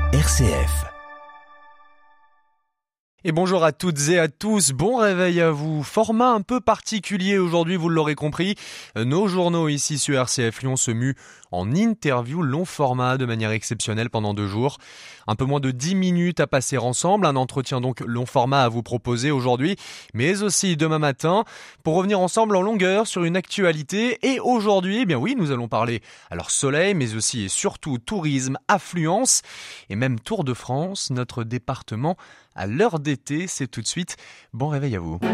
RCF. Et bonjour à toutes et à tous, bon réveil à vous. Format un peu particulier aujourd'hui, vous l'aurez compris. Nos journaux ici sur RCF Lyon se muent en interview long format de manière exceptionnelle pendant 2 jours. Un peu moins de 10 minutes à passer ensemble, un entretien donc long format à vous proposer aujourd'hui, mais aussi demain matin, pour revenir ensemble en longueur sur une actualité. Et aujourd'hui, eh bien oui, nous allons parler alors soleil, mais aussi et surtout tourisme, affluence et même Tour de France, notre département à l'heure d'été. C'est tout de suite. Bon réveil à vous.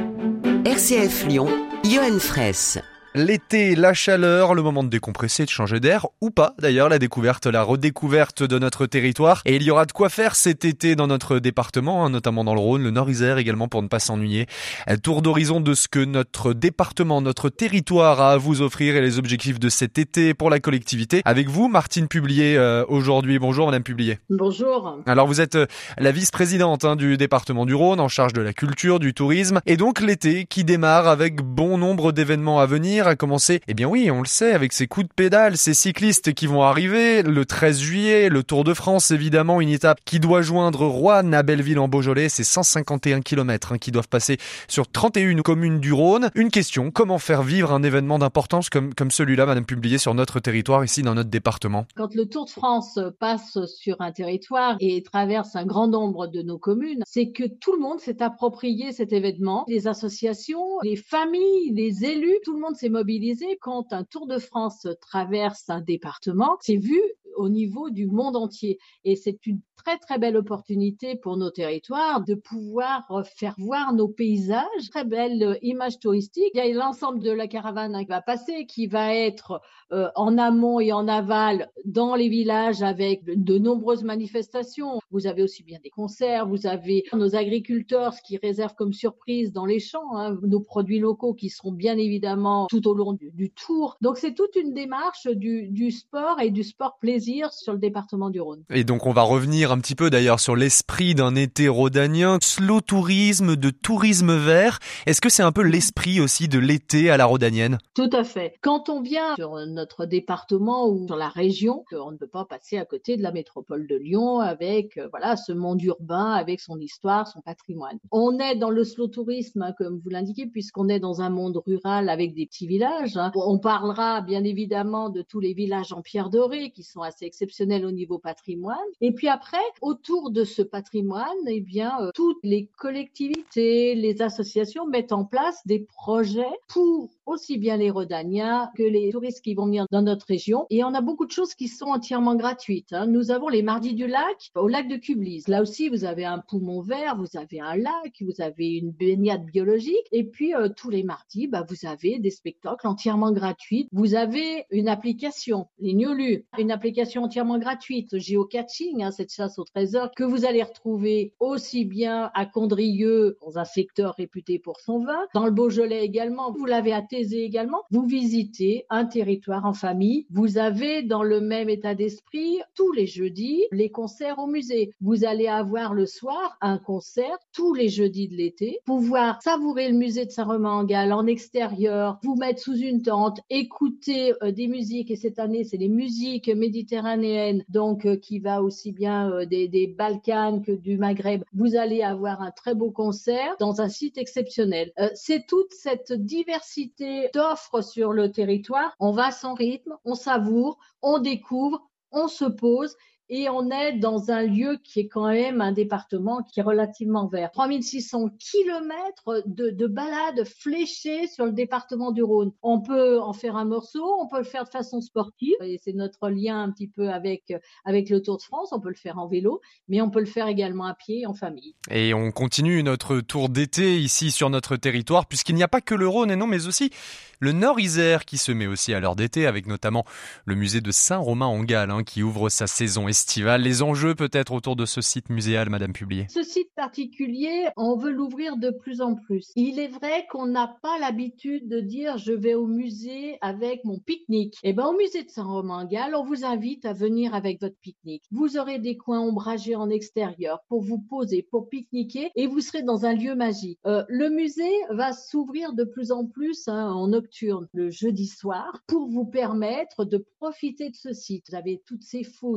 RCF Lyon, Johan Fraisse. L'été, la chaleur, le moment de décompresser, de changer d'air, ou pas d'ailleurs, la découverte, la redécouverte de notre territoire. Et il y aura de quoi faire cet été dans notre département, notamment dans le Rhône, le Nord-Isère également pour ne pas s'ennuyer. Tour d'horizon de ce que notre département, notre territoire a à vous offrir et les objectifs de cet été pour la collectivité. Avec vous, Martine Publier, aujourd'hui. Bonjour Madame Publier. Bonjour. Alors vous êtes la vice-présidente du département du Rhône, en charge de la culture, du tourisme. Et donc l'été qui démarre avec bon nombre d'événements à venir, à commencer, eh bien oui, on le sait, avec ces coups de pédale, ces cyclistes qui vont arriver le 13 juillet, le Tour de France évidemment, une étape qui doit joindre Roanne à Belleville en Beaujolais, c'est 151 km qui doivent passer sur 31 communes du Rhône. Une question, comment faire vivre un événement d'importance comme celui-là, Madame Publier, sur notre territoire, ici dans notre département? Quand le Tour de France passe sur un territoire et traverse un grand nombre de nos communes, c'est que tout le monde s'est approprié cet événement. Les associations, les familles, les élus, tout le monde s'est mobilisé. Quand un Tour de France traverse un département, c'est vu au niveau du monde entier. Et c'est une très très belle opportunité pour nos territoires de pouvoir faire voir nos paysages, très belle image touristique. Il y a l'ensemble de la caravane qui va passer, qui va être en amont et en aval dans les villages avec de nombreuses manifestations. Vous avez aussi bien des concerts, vous avez nos agriculteurs, ce qui réservent comme surprise dans les champs, nos produits locaux qui seront bien évidemment tout au long du tour. Donc c'est toute une démarche du sport et du sport plaisir sur le département du Rhône. Et donc on va revenir un petit peu d'ailleurs sur l'esprit d'un été rhodanien, slow tourisme, de tourisme vert. Est-ce que c'est un peu l'esprit aussi de l'été à la rhodanienne? Tout à fait. Quand on vient sur notre département ou sur la région, on ne peut pas passer à côté de la métropole de Lyon avec ce monde urbain, avec son histoire, son patrimoine. On est dans le slow tourisme, comme vous l'indiquez, puisqu'on est dans un monde rural avec des petits villages. On parlera bien évidemment de tous les villages en pierre dorée qui sont assez exceptionnels au niveau patrimoine. Et puis après, autour de ce patrimoine, toutes les collectivités, les associations mettent en place des projets pour aussi bien les Rhodaniens que les touristes qui vont venir dans notre région. Et on a beaucoup de choses qui sont entièrement gratuites. Nous avons les Mardis du lac au lac de Kublis. Là aussi, vous avez un poumon vert, vous avez un lac, vous avez une baignade biologique. Et puis, tous les mardis, vous avez des spectacles entièrement gratuits. Vous avez une application, les Gnolu, une application entièrement gratuite, géocaching, cette chasse au trésor, que vous allez retrouver aussi bien à Condrieu, dans un secteur réputé pour son vin, dans le Beaujolais également, vous l'avez à Thésée également. Vous visitez un territoire en famille. Vous avez dans le même état d'esprit tous les jeudis les concerts au musée. Vous allez avoir le soir un concert tous les jeudis de l'été, pouvoir savourer le musée de Saint-Romain-en-Galles en extérieur, vous mettre sous une tente, écouter des musiques, et cette année c'est les musiques méditerranéennes, donc qui va aussi bien des Balkans que du Maghreb. Vous allez avoir un très beau concert dans un site exceptionnel. C'est toute cette diversité d'offres sur le territoire. On va à son rythme, on savoure, on découvre, on se pose. Et on est dans un lieu qui est quand même un département qui est relativement vert. 3600 kilomètres de balades fléchées sur le département du Rhône. On peut en faire un morceau, on peut le faire de façon sportive, et c'est notre lien un petit peu avec le Tour de France. On peut le faire en vélo, mais on peut le faire également à pied, en famille. Et on continue notre tour d'été ici sur notre territoire, puisqu'il n'y a pas que le Rhône, et non, mais aussi le Nord-Isère qui se met aussi à l'heure d'été, avec notamment le musée de Saint-Romain-en-Galles qui ouvre sa saison estivale. Les enjeux peut-être autour de ce site muséal, Madame Publier? Ce site particulier, on veut l'ouvrir de plus en plus. Il est vrai qu'on n'a pas l'habitude de dire je vais au musée avec mon pique-nique. Au musée de Saint-Romain-en-Galles, on vous invite à venir avec votre pique-nique. Vous aurez des coins ombragés en extérieur pour vous poser, pour pique-niquer, et vous serez dans un lieu magique. Le musée va s'ouvrir de plus en plus en nocturne le jeudi soir pour vous permettre de profiter de ce site. Vous avez toutes ces fouilles, ces villages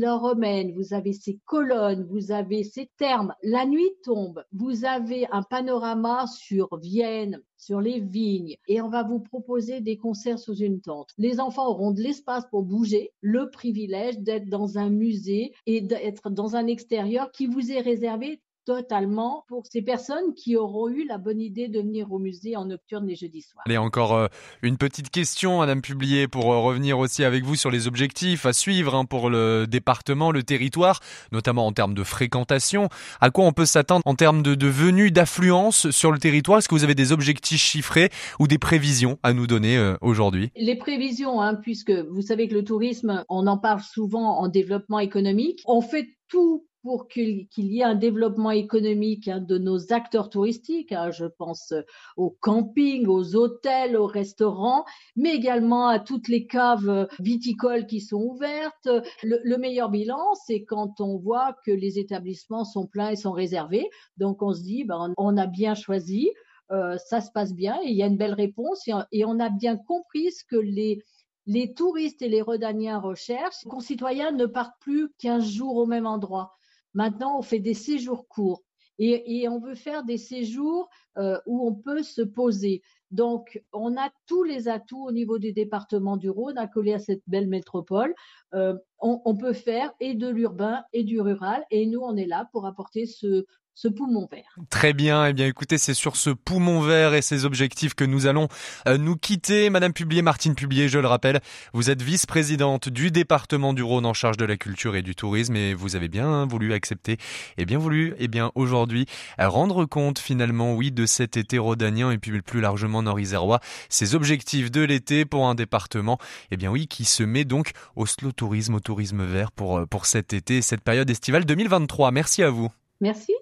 villa romaine, vous avez ces colonnes, vous avez ces thermes. La nuit tombe, vous avez un panorama sur Vienne, sur les vignes, et on va vous proposer des concerts sous une tente. Les enfants auront de l'espace pour bouger, le privilège d'être dans un musée et d'être dans un extérieur qui vous est réservé totalement pour ces personnes qui auront eu la bonne idée de venir au musée en nocturne les jeudis soirs. Allez, encore une petite question, Madame Publier, pour revenir aussi avec vous sur les objectifs à suivre pour le département, le territoire, notamment en termes de fréquentation. À quoi on peut s'attendre en termes de venue, d'affluence sur le territoire? Est-ce que vous avez des objectifs chiffrés ou des prévisions à nous donner aujourd'hui? Les prévisions, puisque vous savez que le tourisme, on en parle souvent en développement économique. On fait tout pour qu'il y ait un développement économique de nos acteurs touristiques. Je pense aux campings, aux hôtels, aux restaurants, mais également à toutes les caves viticoles qui sont ouvertes. Le meilleur bilan, c'est quand on voit que les établissements sont pleins et sont réservés. Donc on se dit, on a bien choisi, ça se passe bien et il y a une belle réponse et on a bien compris ce que les touristes et les Rhodaniens recherchent. Les concitoyens ne partent plus 15 jours au même endroit. Maintenant, on fait des séjours courts et on veut faire des séjours où on peut se poser. Donc, on a tous les atouts au niveau du département du Rhône accolé à cette belle métropole. On peut faire et de l'urbain et du rural et nous, on est là pour apporter ce poumon vert. Très bien, eh bien écoutez, c'est sur ce poumon vert et ces objectifs que nous allons nous quitter. Madame Publier, Martine Publier, je le rappelle, vous êtes vice-présidente du département du Rhône en charge de la culture et du tourisme et vous avez bien voulu accepter et bien voulu, aujourd'hui, rendre compte finalement, oui, de cet été rhodanien et puis plus largement nord-isérois, ces objectifs de l'été pour un département, qui se met donc au slow tourisme, au tourisme vert pour cet été, cette période estivale 2023. Merci à vous. Merci.